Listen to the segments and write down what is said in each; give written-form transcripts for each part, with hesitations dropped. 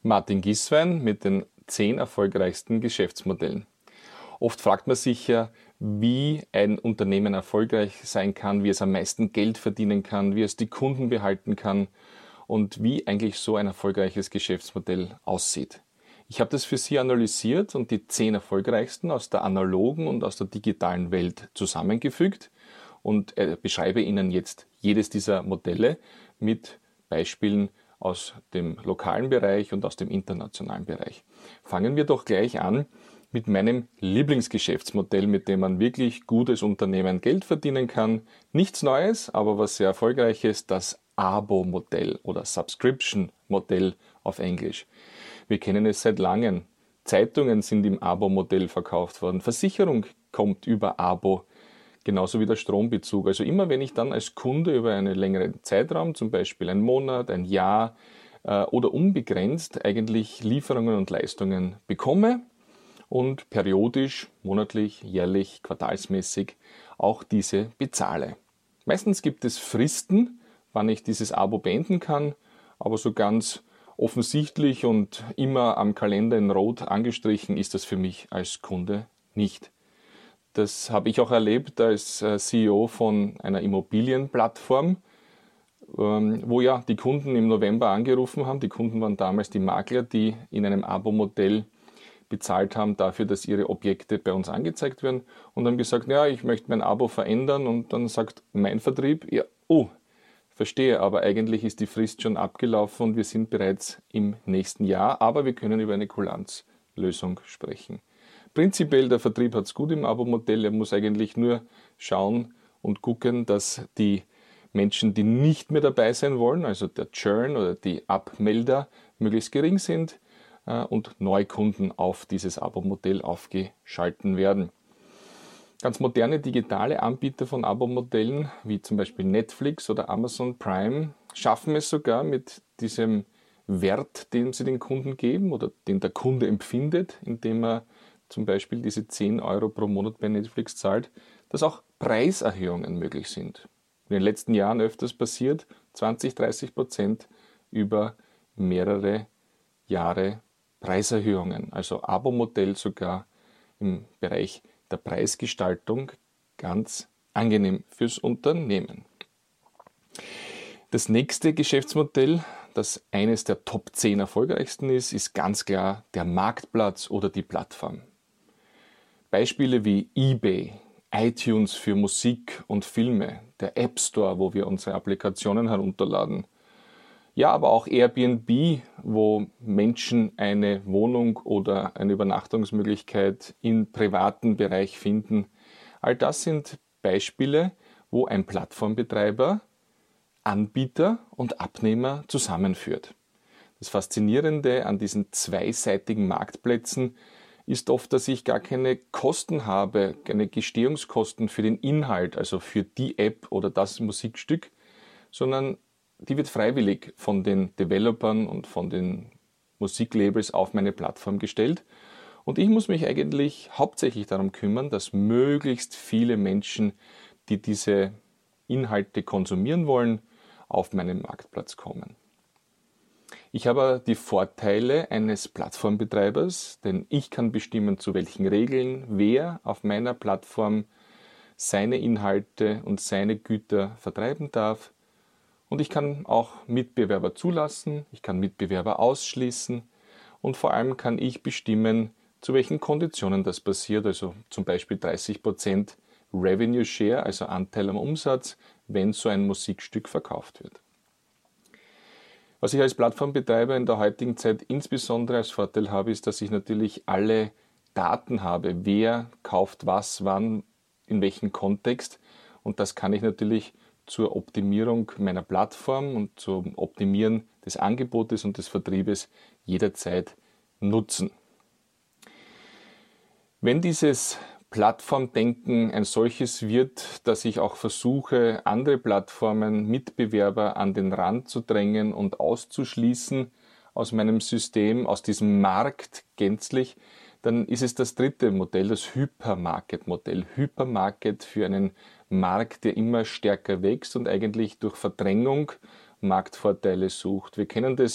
Martin Gißwein mit den 10 erfolgreichsten Geschäftsmodellen. Oft fragt man sich ja, wie ein Unternehmen erfolgreich sein kann, wie es am meisten Geld verdienen kann, wie es die Kunden behalten kann und wie eigentlich so ein erfolgreiches Geschäftsmodell aussieht. Ich habe das für Sie analysiert und die 10 erfolgreichsten aus der analogen und aus der digitalen Welt zusammengefügt und beschreibe Ihnen jetzt jedes dieser Modelle mit Beispielen aus dem lokalen Bereich und aus dem internationalen Bereich. Fangen wir doch gleich an mit meinem Lieblingsgeschäftsmodell, mit dem man wirklich gutes Unternehmen Geld verdienen kann. Nichts Neues, aber was sehr Erfolgreiches, das Abo-Modell oder Subscription-Modell auf Englisch. Wir kennen es seit langem. Zeitungen sind im Abo-Modell verkauft worden. Versicherung kommt über Abo, genauso wie der Strombezug. Also immer wenn ich dann als Kunde über einen längeren Zeitraum, zum Beispiel einen Monat, ein Jahr oder unbegrenzt eigentlich Lieferungen und Leistungen bekomme und periodisch, monatlich, jährlich, quartalsmäßig auch diese bezahle. Meistens gibt es Fristen, wann ich dieses Abo beenden kann, aber so ganz offensichtlich und immer am Kalender in Rot angestrichen ist das für mich als Kunde nicht. Das habe ich auch erlebt als CEO von einer Immobilienplattform, wo ja die Kunden im November angerufen haben. Die Kunden waren damals die Makler, die in einem Abo-Modell bezahlt haben dafür, dass ihre Objekte bei uns angezeigt werden und haben gesagt, ja, ich möchte mein Abo verändern und dann sagt mein Vertrieb, ja, oh, verstehe, aber eigentlich ist die Frist schon abgelaufen und wir sind bereits im nächsten Jahr, aber wir können über eine Kulanzlösung sprechen. Prinzipiell, der Vertrieb hat es gut im Abo-Modell, er muss eigentlich nur schauen und gucken, dass die Menschen, die nicht mehr dabei sein wollen, also der Churn oder die Abmelder, möglichst gering sind und Neukunden auf dieses Abo-Modell aufgeschalten werden. Ganz moderne digitale Anbieter von Abo-Modellen, wie zum Beispiel Netflix oder Amazon Prime, schaffen es sogar mit diesem Wert, den sie den Kunden geben oder den der Kunde empfindet, indem er zum Beispiel diese 10 Euro pro Monat bei Netflix zahlt, dass auch Preiserhöhungen möglich sind. In den letzten Jahren öfters passiert, 20-30% über mehrere Jahre Preiserhöhungen. Also Abo-Modell sogar im Bereich der Preisgestaltung ganz angenehm fürs Unternehmen. Das nächste Geschäftsmodell, das eines der Top 10 erfolgreichsten ist ganz klar der Marktplatz oder die Plattform. Beispiele wie eBay, iTunes für Musik und Filme, der App Store, wo wir unsere Applikationen herunterladen. Ja, aber auch Airbnb, wo Menschen eine Wohnung oder eine Übernachtungsmöglichkeit im privaten Bereich finden. All das sind Beispiele, wo ein Plattformbetreiber Anbieter und Abnehmer zusammenführt. Das Faszinierende an diesen zweiseitigen Marktplätzen ist oft, dass ich gar keine Kosten habe, keine Gestehungskosten für den Inhalt, also für die App oder das Musikstück, sondern die wird freiwillig von den Developern und von den Musiklabels auf meine Plattform gestellt. Und ich muss mich eigentlich hauptsächlich darum kümmern, dass möglichst viele Menschen, die diese Inhalte konsumieren wollen, auf meinen Marktplatz kommen. Ich habe die Vorteile eines Plattformbetreibers, denn ich kann bestimmen, zu welchen Regeln wer auf meiner Plattform seine Inhalte und seine Güter vertreiben darf. Und ich kann auch Mitbewerber zulassen, ich kann Mitbewerber ausschließen und vor allem kann ich bestimmen, zu welchen Konditionen das passiert, also zum Beispiel 30% Revenue Share, also Anteil am Umsatz, wenn so ein Musikstück verkauft wird. Was ich als Plattformbetreiber in der heutigen Zeit insbesondere als Vorteil habe, ist, dass ich natürlich alle Daten habe, wer kauft was, wann, in welchem Kontext, und das kann ich natürlich zur Optimierung meiner Plattform und zum Optimieren des Angebotes und des Vertriebes jederzeit nutzen. Wenn dieses Plattformdenken ein solches wird, dass ich auch versuche, andere Plattformen, Mitbewerber an den Rand zu drängen und auszuschließen aus meinem System, aus diesem Markt gänzlich, dann ist es das dritte Modell, das Hypermarket-Modell. Hypermarket für einen Markt, der immer stärker wächst und eigentlich durch Verdrängung Marktvorteile sucht. Wir kennen das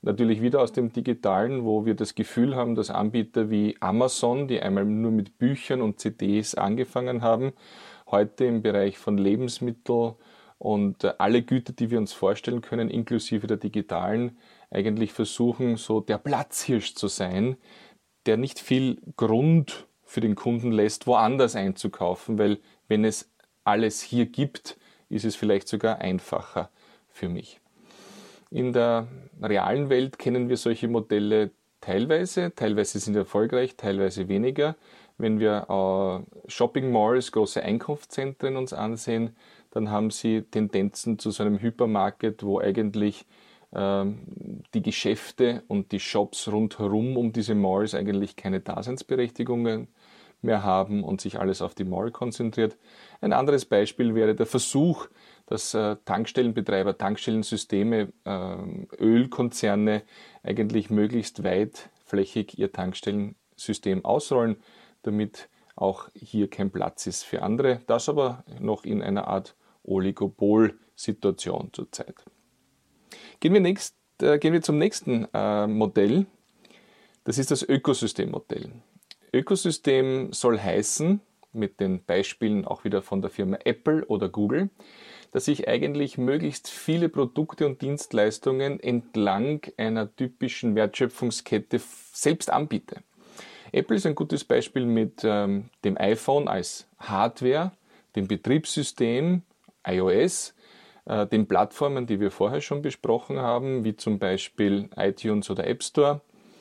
natürlich wieder aus dem Digitalen, wo wir das Gefühl haben, dass Anbieter wie Amazon, die einmal nur mit Büchern und CDs angefangen haben, heute im Bereich von Lebensmitteln und alle Güter, die wir uns vorstellen können, inklusive der digitalen, eigentlich versuchen, so der Platzhirsch zu sein, der nicht viel Grund für den Kunden lässt, woanders einzukaufen, weil wenn es alles hier gibt, ist es vielleicht sogar einfacher für mich. In der realen Welt kennen wir solche Modelle teilweise sind erfolgreich, teilweise weniger. Wenn wir Shopping Malls, große Einkaufszentren uns ansehen, dann haben sie Tendenzen zu so einem Hypermarket, wo eigentlich die Geschäfte und die Shops rundherum um diese Malls eigentlich keine Daseinsberechtigungen mehr haben und sich alles auf die Mall konzentriert. Ein anderes Beispiel wäre der Versuch, dass Tankstellenbetreiber, Tankstellensysteme, Ölkonzerne eigentlich möglichst weitflächig ihr Tankstellensystem ausrollen, damit auch hier kein Platz ist für andere. Das aber noch in einer Art Oligopol-Situation zurzeit. Gehen wir zum nächsten Modell. Das ist das Ökosystemmodell. Ökosystem soll heißen, mit den Beispielen auch wieder von der Firma Apple oder Google, dass ich eigentlich möglichst viele Produkte und Dienstleistungen entlang einer typischen Wertschöpfungskette selbst anbiete. Apple ist ein gutes Beispiel mit dem iPhone als Hardware, dem Betriebssystem iOS, den Plattformen, die wir vorher schon besprochen haben, wie zum Beispiel iTunes oder App Store,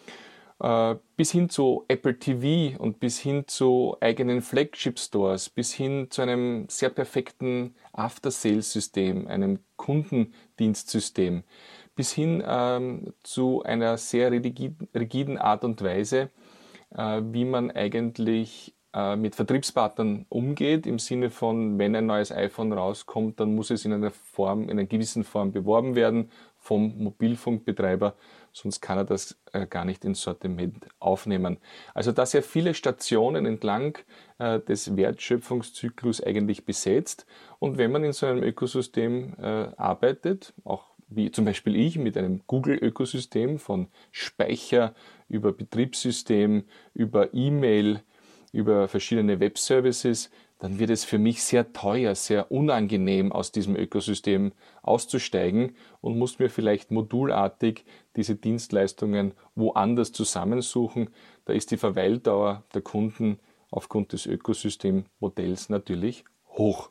bis hin zu Apple TV und bis hin zu eigenen Flagship Stores, bis hin zu einem sehr perfekten After-Sales-System, einem Kundendienstsystem, bis hin zu einer sehr rigiden Art und Weise, wie man eigentlich mit Vertriebspartnern umgeht, im Sinne von, wenn ein neues iPhone rauskommt, dann muss es in einer gewissen Form beworben werden vom Mobilfunkbetreiber, sonst kann er das gar nicht ins Sortiment aufnehmen. Also da sehr viele Stationen entlang des Wertschöpfungszyklus eigentlich besetzt, und wenn man in so einem Ökosystem arbeitet, auch wie zum Beispiel ich mit einem Google-Ökosystem von Speicher über Betriebssystem, über E-Mail, über verschiedene Web-Services, dann wird es für mich sehr teuer, sehr unangenehm, aus diesem Ökosystem auszusteigen und muss mir vielleicht modulartig diese Dienstleistungen woanders zusammensuchen. Da ist die Verweildauer der Kunden aufgrund des Ökosystemmodells natürlich hoch.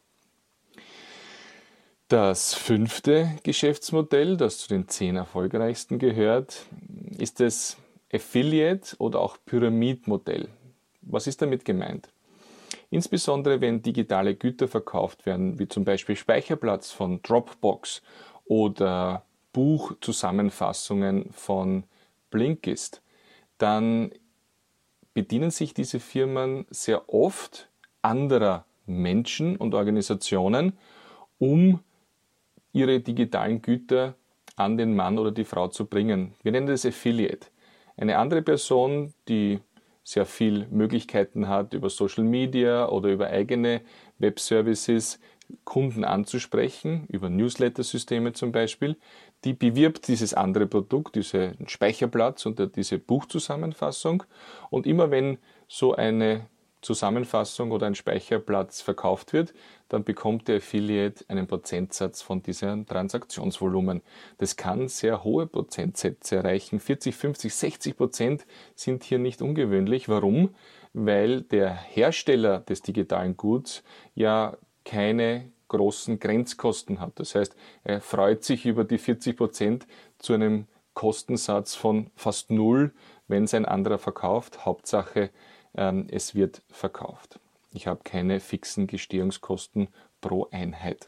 Das 5. Geschäftsmodell, das zu den 10 erfolgreichsten gehört, ist das Affiliate- oder auch Pyramidmodell. Was ist damit gemeint? Insbesondere wenn digitale Güter verkauft werden, wie zum Beispiel Speicherplatz von Dropbox oder Buchzusammenfassungen von Blinkist, dann bedienen sich diese Firmen sehr oft anderer Menschen und Organisationen, um ihre digitalen Güter an den Mann oder die Frau zu bringen. Wir nennen das Affiliate. Eine andere Person, die sehr viel Möglichkeiten hat, über Social Media oder über eigene Web-Services Kunden anzusprechen, über Newsletter-Systeme zum Beispiel, die bewirbt dieses andere Produkt, diesen Speicherplatz und diese Buchzusammenfassung, und immer wenn so eine Zusammenfassung oder ein Speicherplatz verkauft wird, dann bekommt der Affiliate einen Prozentsatz von diesem Transaktionsvolumen. Das kann sehr hohe Prozentsätze erreichen. 40, 50, 60% sind hier nicht ungewöhnlich. Warum? Weil der Hersteller des digitalen Guts ja keine großen Grenzkosten hat. Das heißt, er freut sich über die 40% zu einem Kostensatz von fast null, wenn es ein anderer verkauft. Hauptsache, es wird verkauft. Ich habe keine fixen Gestehungskosten pro Einheit.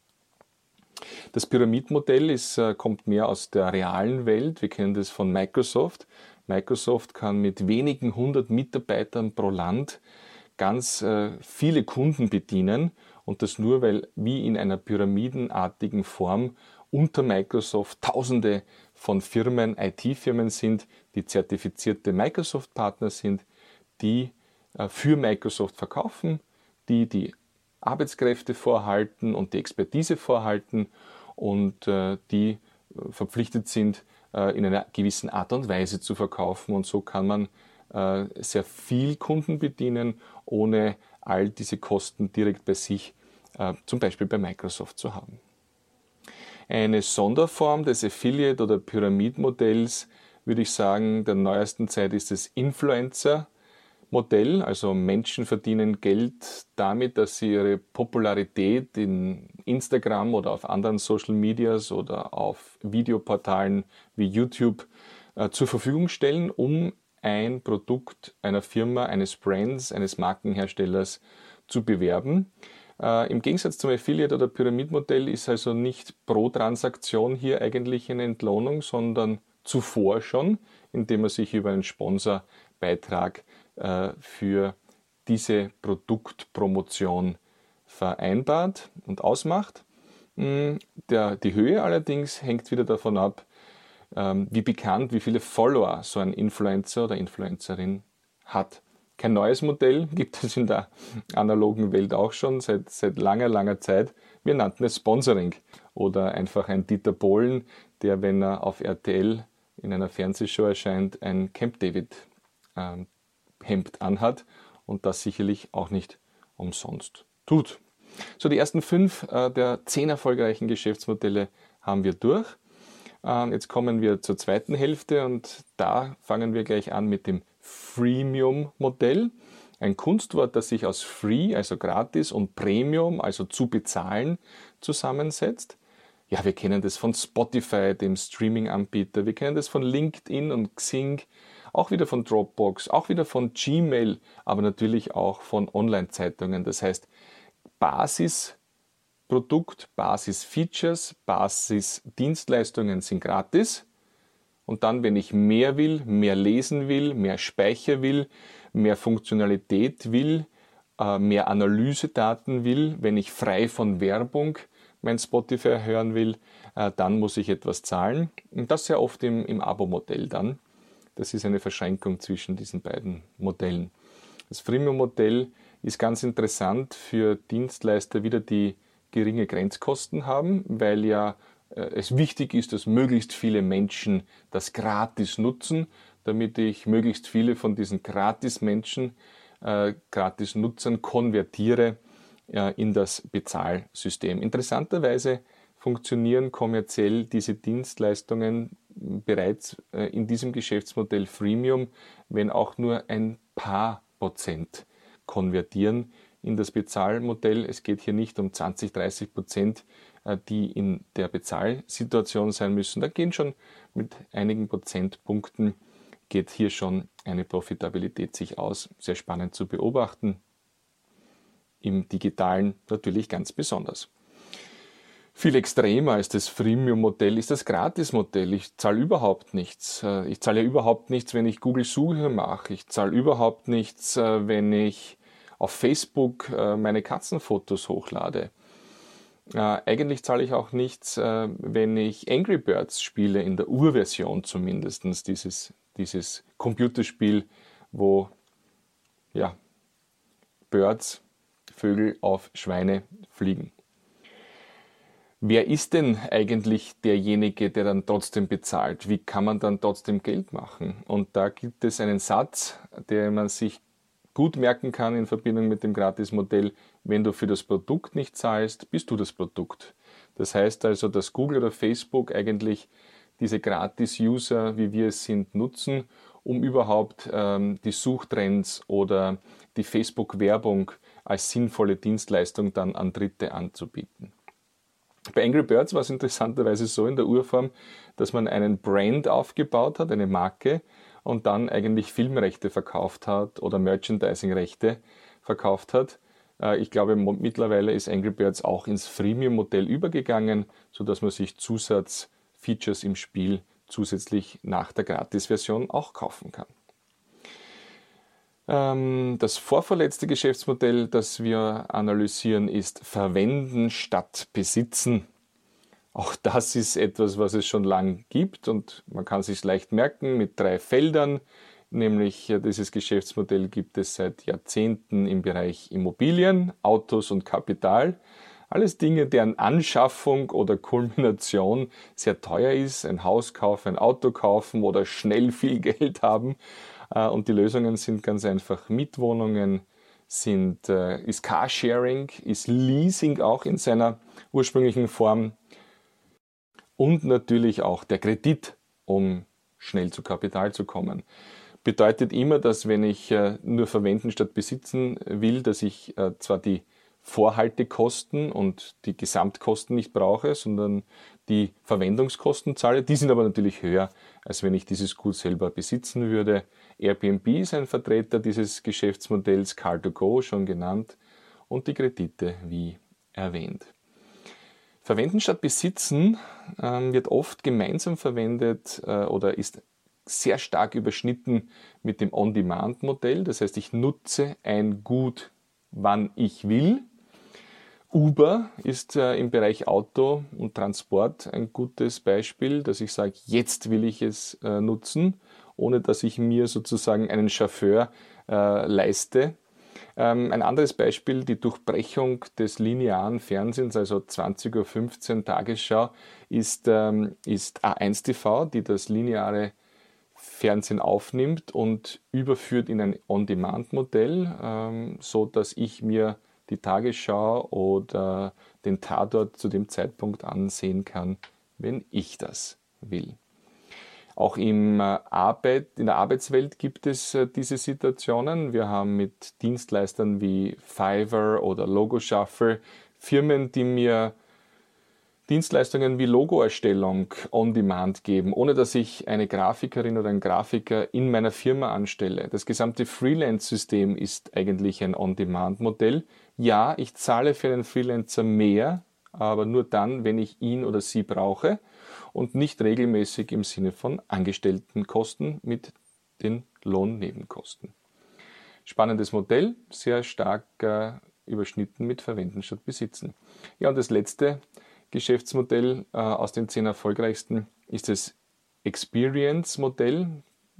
Das Pyramidmodell kommt mehr aus der realen Welt. Wir kennen das von Microsoft. Microsoft kann mit wenigen 100 Mitarbeitern pro Land ganz viele Kunden bedienen, und das nur, weil wie in einer pyramidenartigen Form unter Microsoft Tausende von Firmen, IT-Firmen sind, die zertifizierte Microsoft-Partner sind, die für Microsoft verkaufen, die Arbeitskräfte vorhalten und die Expertise vorhalten und die verpflichtet sind, in einer gewissen Art und Weise zu verkaufen. Und so kann man sehr viel Kunden bedienen, ohne all diese Kosten direkt bei sich, zum Beispiel bei Microsoft, zu haben. Eine Sonderform des Affiliate- oder Pyramidmodells, würde ich sagen, der neuesten Zeit ist das Influencer-Modell. Also Menschen verdienen Geld damit, dass sie ihre Popularität in Instagram oder auf anderen Social Medias oder auf Videoportalen wie YouTube zur Verfügung stellen, um ein Produkt einer Firma, eines Brands, eines Markenherstellers zu bewerben. Im Gegensatz zum Affiliate- oder Pyramidmodell ist also nicht pro Transaktion hier eigentlich eine Entlohnung, sondern zuvor schon, indem man sich über einen Sponsorbeitrag für diese Produktpromotion vereinbart und ausmacht. Die Höhe allerdings hängt wieder davon ab, wie bekannt, wie viele Follower so ein Influencer oder Influencerin hat. Kein neues Modell gibt es in der analogen Welt auch schon seit langer, langer Zeit. Wir nannten es Sponsoring oder einfach ein Dieter Bohlen, der, wenn er auf RTL in einer Fernsehshow erscheint, ein Camp David Hemd anhat und das sicherlich auch nicht umsonst tut. So, die ersten 5 der 10 erfolgreichen Geschäftsmodelle haben wir durch. Jetzt kommen wir zur zweiten Hälfte und da fangen wir gleich an mit dem Freemium-Modell. Ein Kunstwort, das sich aus Free, also gratis, und Premium, also zu bezahlen, zusammensetzt. Ja, wir kennen das von Spotify, dem Streaming-Anbieter. Wir kennen das von LinkedIn und Xing, auch wieder von Dropbox, auch wieder von Gmail, aber natürlich auch von Online-Zeitungen. Das heißt, Basisprodukt, Basis-Features, Basis-Dienstleistungen sind gratis. Und dann, wenn ich mehr will, mehr lesen will, mehr Speicher will, mehr Funktionalität will, mehr Analysedaten will, wenn ich frei von Werbung mein Spotify hören will, dann muss ich etwas zahlen. Und das sehr oft im Abo-Modell dann. Das ist eine Verschränkung zwischen diesen beiden Modellen. Das Freemium-Modell ist ganz interessant für Dienstleister, wieder die geringe Grenzkosten haben, weil ja es wichtig ist, dass möglichst viele Menschen das gratis nutzen, damit ich möglichst viele von diesen Gratis-Menschen, Gratis-Nutzern konvertiere in das Bezahlsystem. Interessanterweise funktionieren kommerziell diese Dienstleistungen bereits in diesem Geschäftsmodell Freemium, wenn auch nur ein paar Prozent konvertieren in das Bezahlmodell. Es geht hier nicht um 20-30%, die in der Bezahlsituation sein müssen. Da gehen schon mit einigen Prozentpunkten, geht hier schon eine Profitabilität sich aus. Sehr spannend zu beobachten. Im Digitalen natürlich ganz besonders. Viel extremer als das Freemium-Modell ist das Gratis-Modell. Ich zahle überhaupt nichts. Ich zahle ja überhaupt nichts, wenn ich Google-Suche mache. Ich zahle überhaupt nichts, wenn ich auf Facebook meine Katzenfotos hochlade. Eigentlich zahle ich auch nichts, wenn ich Angry Birds spiele, in der Urversion zumindest, dieses Computerspiel, wo ja, Birds, Vögel auf Schweine fliegen. Wer ist denn eigentlich derjenige, der dann trotzdem bezahlt? Wie kann man dann trotzdem Geld machen? Und da gibt es einen Satz, den man sich gut merken kann in Verbindung mit dem Gratis-Modell: Wenn du für das Produkt nicht zahlst, bist du das Produkt. Das heißt also, dass Google oder Facebook eigentlich diese Gratis-User, wie wir es sind, nutzen, um überhaupt die Suchtrends oder die Facebook-Werbung als sinnvolle Dienstleistung dann an Dritte anzubieten. Bei Angry Birds war es interessanterweise so in der Urform, dass man einen Brand aufgebaut hat, eine Marke, und dann eigentlich Filmrechte verkauft hat oder Merchandising-Rechte verkauft hat. Ich glaube, mittlerweile ist Angry Birds auch ins Freemium-Modell übergegangen, sodass man sich Zusatzfeatures im Spiel zusätzlich nach der Gratis-Version auch kaufen kann. Das vorvorletzte Geschäftsmodell, das wir analysieren, ist Verwenden statt Besitzen. Auch das ist etwas, was es schon lang gibt und man kann es sich leicht merken mit 3 Feldern. Nämlich dieses Geschäftsmodell gibt es seit Jahrzehnten im Bereich Immobilien, Autos und Kapital. Alles Dinge, deren Anschaffung oder Kulmination sehr teuer ist. Ein Haus kaufen, ein Auto kaufen oder schnell viel Geld haben. Und die Lösungen sind ganz einfach Mietwohnungen, ist Carsharing, ist Leasing auch in seiner ursprünglichen Form und natürlich auch der Kredit, um schnell zu Kapital zu kommen. Bedeutet immer, dass wenn ich nur verwenden statt besitzen will, dass ich zwar die Vorhaltekosten und die Gesamtkosten nicht brauche, sondern die Verwendungskosten zahle. Die sind aber natürlich höher, als wenn ich dieses Gut selber besitzen würde. Airbnb ist ein Vertreter dieses Geschäftsmodells, Car2Go schon genannt, und die Kredite wie erwähnt. Verwenden statt besitzen wird oft gemeinsam verwendet oder ist sehr stark überschnitten mit dem On-Demand-Modell. Das heißt, ich nutze ein Gut, wann ich will. Uber ist im Bereich Auto und Transport ein gutes Beispiel, dass ich sage, jetzt will ich es nutzen, ohne dass ich mir sozusagen einen Chauffeur leiste. Ein anderes Beispiel, die Durchbrechung des linearen Fernsehens, also 20:15 Uhr Tagesschau, ist A1 TV, die das lineare Fernsehen aufnimmt und überführt in ein On-Demand-Modell, so dass ich mir die Tagesschau oder den Tatort zu dem Zeitpunkt ansehen kann, wenn ich das will. Auch in der Arbeitswelt gibt es diese Situationen. Wir haben mit Dienstleistern wie Fiverr oder Logoshuffle Firmen, die mir Dienstleistungen wie Logoerstellung on demand geben, ohne dass ich eine Grafikerin oder einen Grafiker in meiner Firma anstelle. Das gesamte Freelance-System ist eigentlich ein On-Demand-Modell. Ja, ich zahle für einen Freelancer mehr, aber nur dann, wenn ich ihn oder sie brauche und nicht regelmäßig im Sinne von Angestelltenkosten mit den Lohnnebenkosten. Spannendes Modell, sehr stark überschnitten mit Verwenden statt Besitzen. Ja, und das letzte Geschäftsmodell aus den 10 erfolgreichsten ist das Experience-Modell.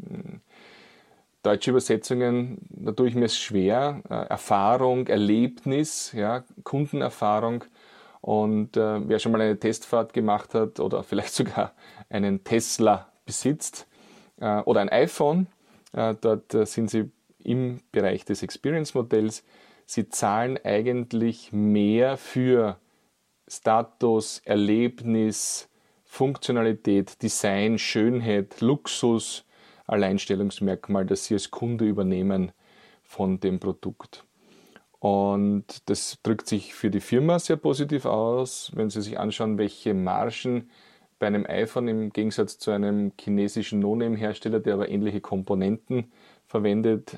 Deutsche Übersetzungen, da tue ich mir es schwer. Erfahrung, Erlebnis, ja, Kundenerfahrung. Und wer schon mal eine Testfahrt gemacht hat oder vielleicht sogar einen Tesla besitzt oder ein iPhone, dort sind Sie im Bereich des Experience-Modells. Sie zahlen eigentlich mehr für Status, Erlebnis, Funktionalität, Design, Schönheit, Luxus, Alleinstellungsmerkmal, das Sie als Kunde übernehmen von dem Produkt. Und das drückt sich für die Firma sehr positiv aus, wenn Sie sich anschauen, welche Margen bei einem iPhone im Gegensatz zu einem chinesischen No-Name-Hersteller, der aber ähnliche Komponenten verwendet,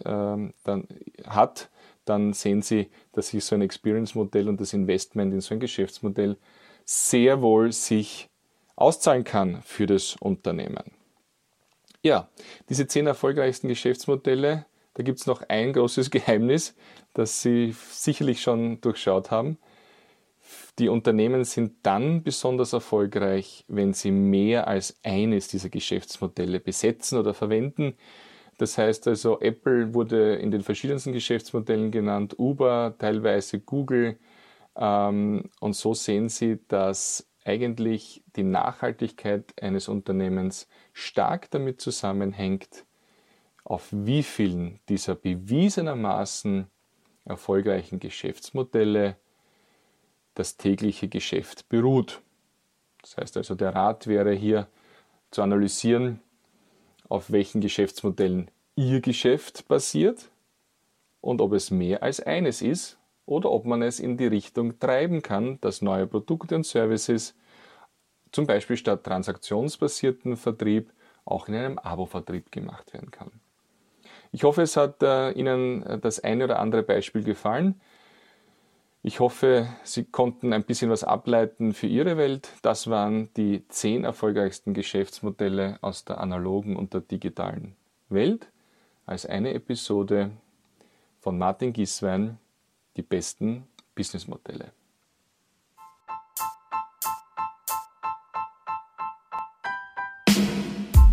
dann sehen Sie, dass sich so ein Experience-Modell und das Investment in so ein Geschäftsmodell sehr wohl sich auszahlen kann für das Unternehmen. Ja, diese 10 erfolgreichsten Geschäftsmodelle, da gibt es noch ein großes Geheimnis, das Sie sicherlich schon durchschaut haben. Die Unternehmen sind dann besonders erfolgreich, wenn sie mehr als eines dieser Geschäftsmodelle besetzen oder verwenden. Das heißt also, Apple wurde in den verschiedensten Geschäftsmodellen genannt, Uber, teilweise Google. Und so sehen Sie, dass eigentlich die Nachhaltigkeit eines Unternehmens stark damit zusammenhängt, auf wie vielen dieser bewiesenermaßen erfolgreichen Geschäftsmodelle das tägliche Geschäft beruht. Das heißt also, der Rat wäre hier zu analysieren, auf welchen Geschäftsmodellen Ihr Geschäft basiert und ob es mehr als eines ist oder ob man es in die Richtung treiben kann, dass neue Produkte und Services zum Beispiel statt transaktionsbasierten Vertrieb auch in einem Abo-Vertrieb gemacht werden kann. Ich hoffe, es hat Ihnen das eine oder andere Beispiel gefallen. Ich hoffe, Sie konnten ein bisschen was ableiten für Ihre Welt. Das waren die 10 erfolgreichsten Geschäftsmodelle aus der analogen und der digitalen Welt als eine Episode von Martin Gieswein, die besten Businessmodelle.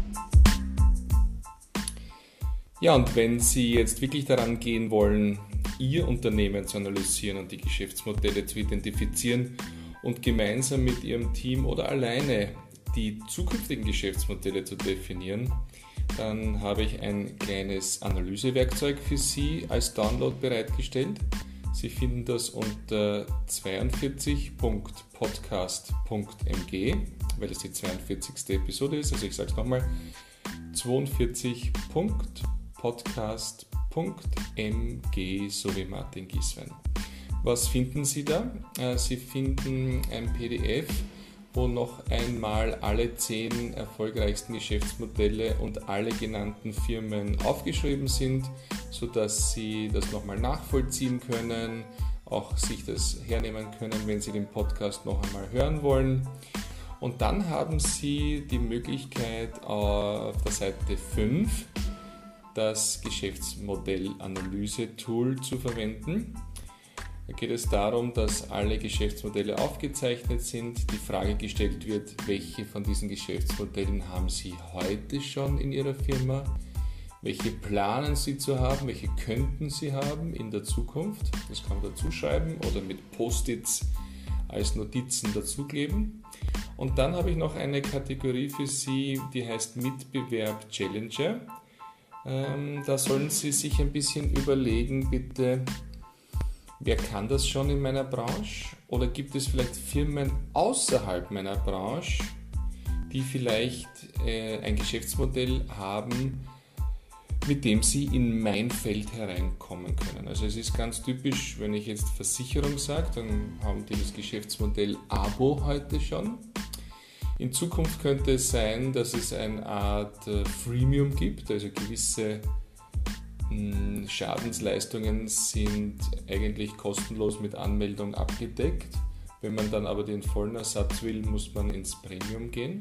Ja, und wenn Sie jetzt wirklich daran gehen wollen, Ihr Unternehmen zu analysieren und die Geschäftsmodelle zu identifizieren und gemeinsam mit Ihrem Team oder alleine die zukünftigen Geschäftsmodelle zu definieren, dann habe ich ein kleines Analysewerkzeug für Sie als Download bereitgestellt. Sie finden das unter 42.podcast.mg, weil es die 42. Episode ist. Also ich sage es nochmal, 42.podcast.mg, so wie Martin Gieswein. Was finden Sie da? Sie finden ein PDF, wo noch einmal alle 10 erfolgreichsten Geschäftsmodelle und alle genannten Firmen aufgeschrieben sind, sodass Sie das nochmal nachvollziehen können, auch sich das hernehmen können, wenn Sie den Podcast noch einmal hören wollen. Und dann haben Sie die Möglichkeit, auf der Seite 5 das Geschäftsmodell-Analyse-Tool zu verwenden. Da geht es darum, dass alle Geschäftsmodelle aufgezeichnet sind, die Frage gestellt wird, welche von diesen Geschäftsmodellen haben Sie heute schon in Ihrer Firma, welche planen Sie zu haben, welche könnten Sie haben in der Zukunft, das kann man dazu schreiben oder mit Post-its als Notizen dazukleben. Und dann habe ich noch eine Kategorie für Sie, die heißt Mitbewerb Challenger. Da sollen Sie sich ein bisschen überlegen, bitte, wer kann das schon in meiner Branche? Oder gibt es vielleicht Firmen außerhalb meiner Branche, die vielleicht ein Geschäftsmodell haben, mit dem Sie in mein Feld hereinkommen können? Also es ist ganz typisch, wenn ich jetzt Versicherung sage, dann haben die das Geschäftsmodell Abo heute schon. In Zukunft könnte es sein, dass es eine Art Freemium gibt, also gewisse Schadensleistungen sind eigentlich kostenlos mit Anmeldung abgedeckt. Wenn man dann aber den vollen Ersatz will, muss man ins Premium gehen.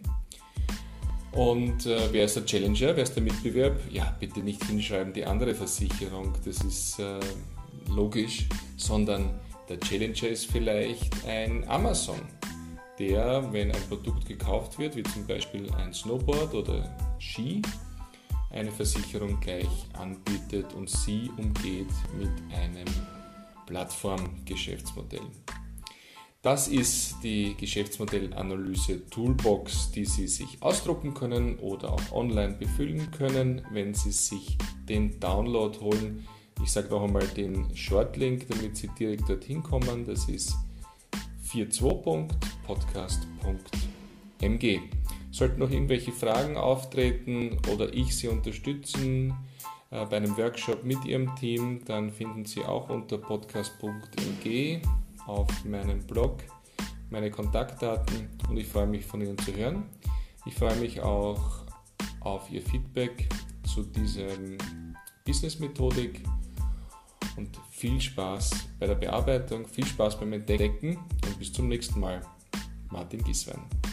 Und wer ist der Challenger, wer ist der Mitbewerb? Ja, bitte nicht hinschreiben, die andere Versicherung, das ist logisch, sondern der Challenger ist vielleicht ein Amazon, der, wenn ein Produkt gekauft wird, wie zum Beispiel ein Snowboard oder Ski, eine Versicherung gleich anbietet und sie umgeht mit einem Plattformgeschäftsmodell. Das ist die Geschäftsmodellanalyse-Toolbox, die Sie sich ausdrucken können oder auch online befüllen können, wenn Sie sich den Download holen. Ich sage noch einmal den Shortlink, damit Sie direkt dorthin kommen. Das ist 42.podcast.mg. Sollten noch irgendwelche Fragen auftreten oder ich Sie unterstützen bei einem Workshop mit Ihrem Team, dann finden Sie auch unter podcast.mg auf meinem Blog meine Kontaktdaten und ich freue mich, von Ihnen zu hören. Ich freue mich auch auf Ihr Feedback zu dieser Business-Methodik und viel Spaß bei der Bearbeitung, viel Spaß beim Entdecken und bis zum nächsten Mal. Martin Gieswein.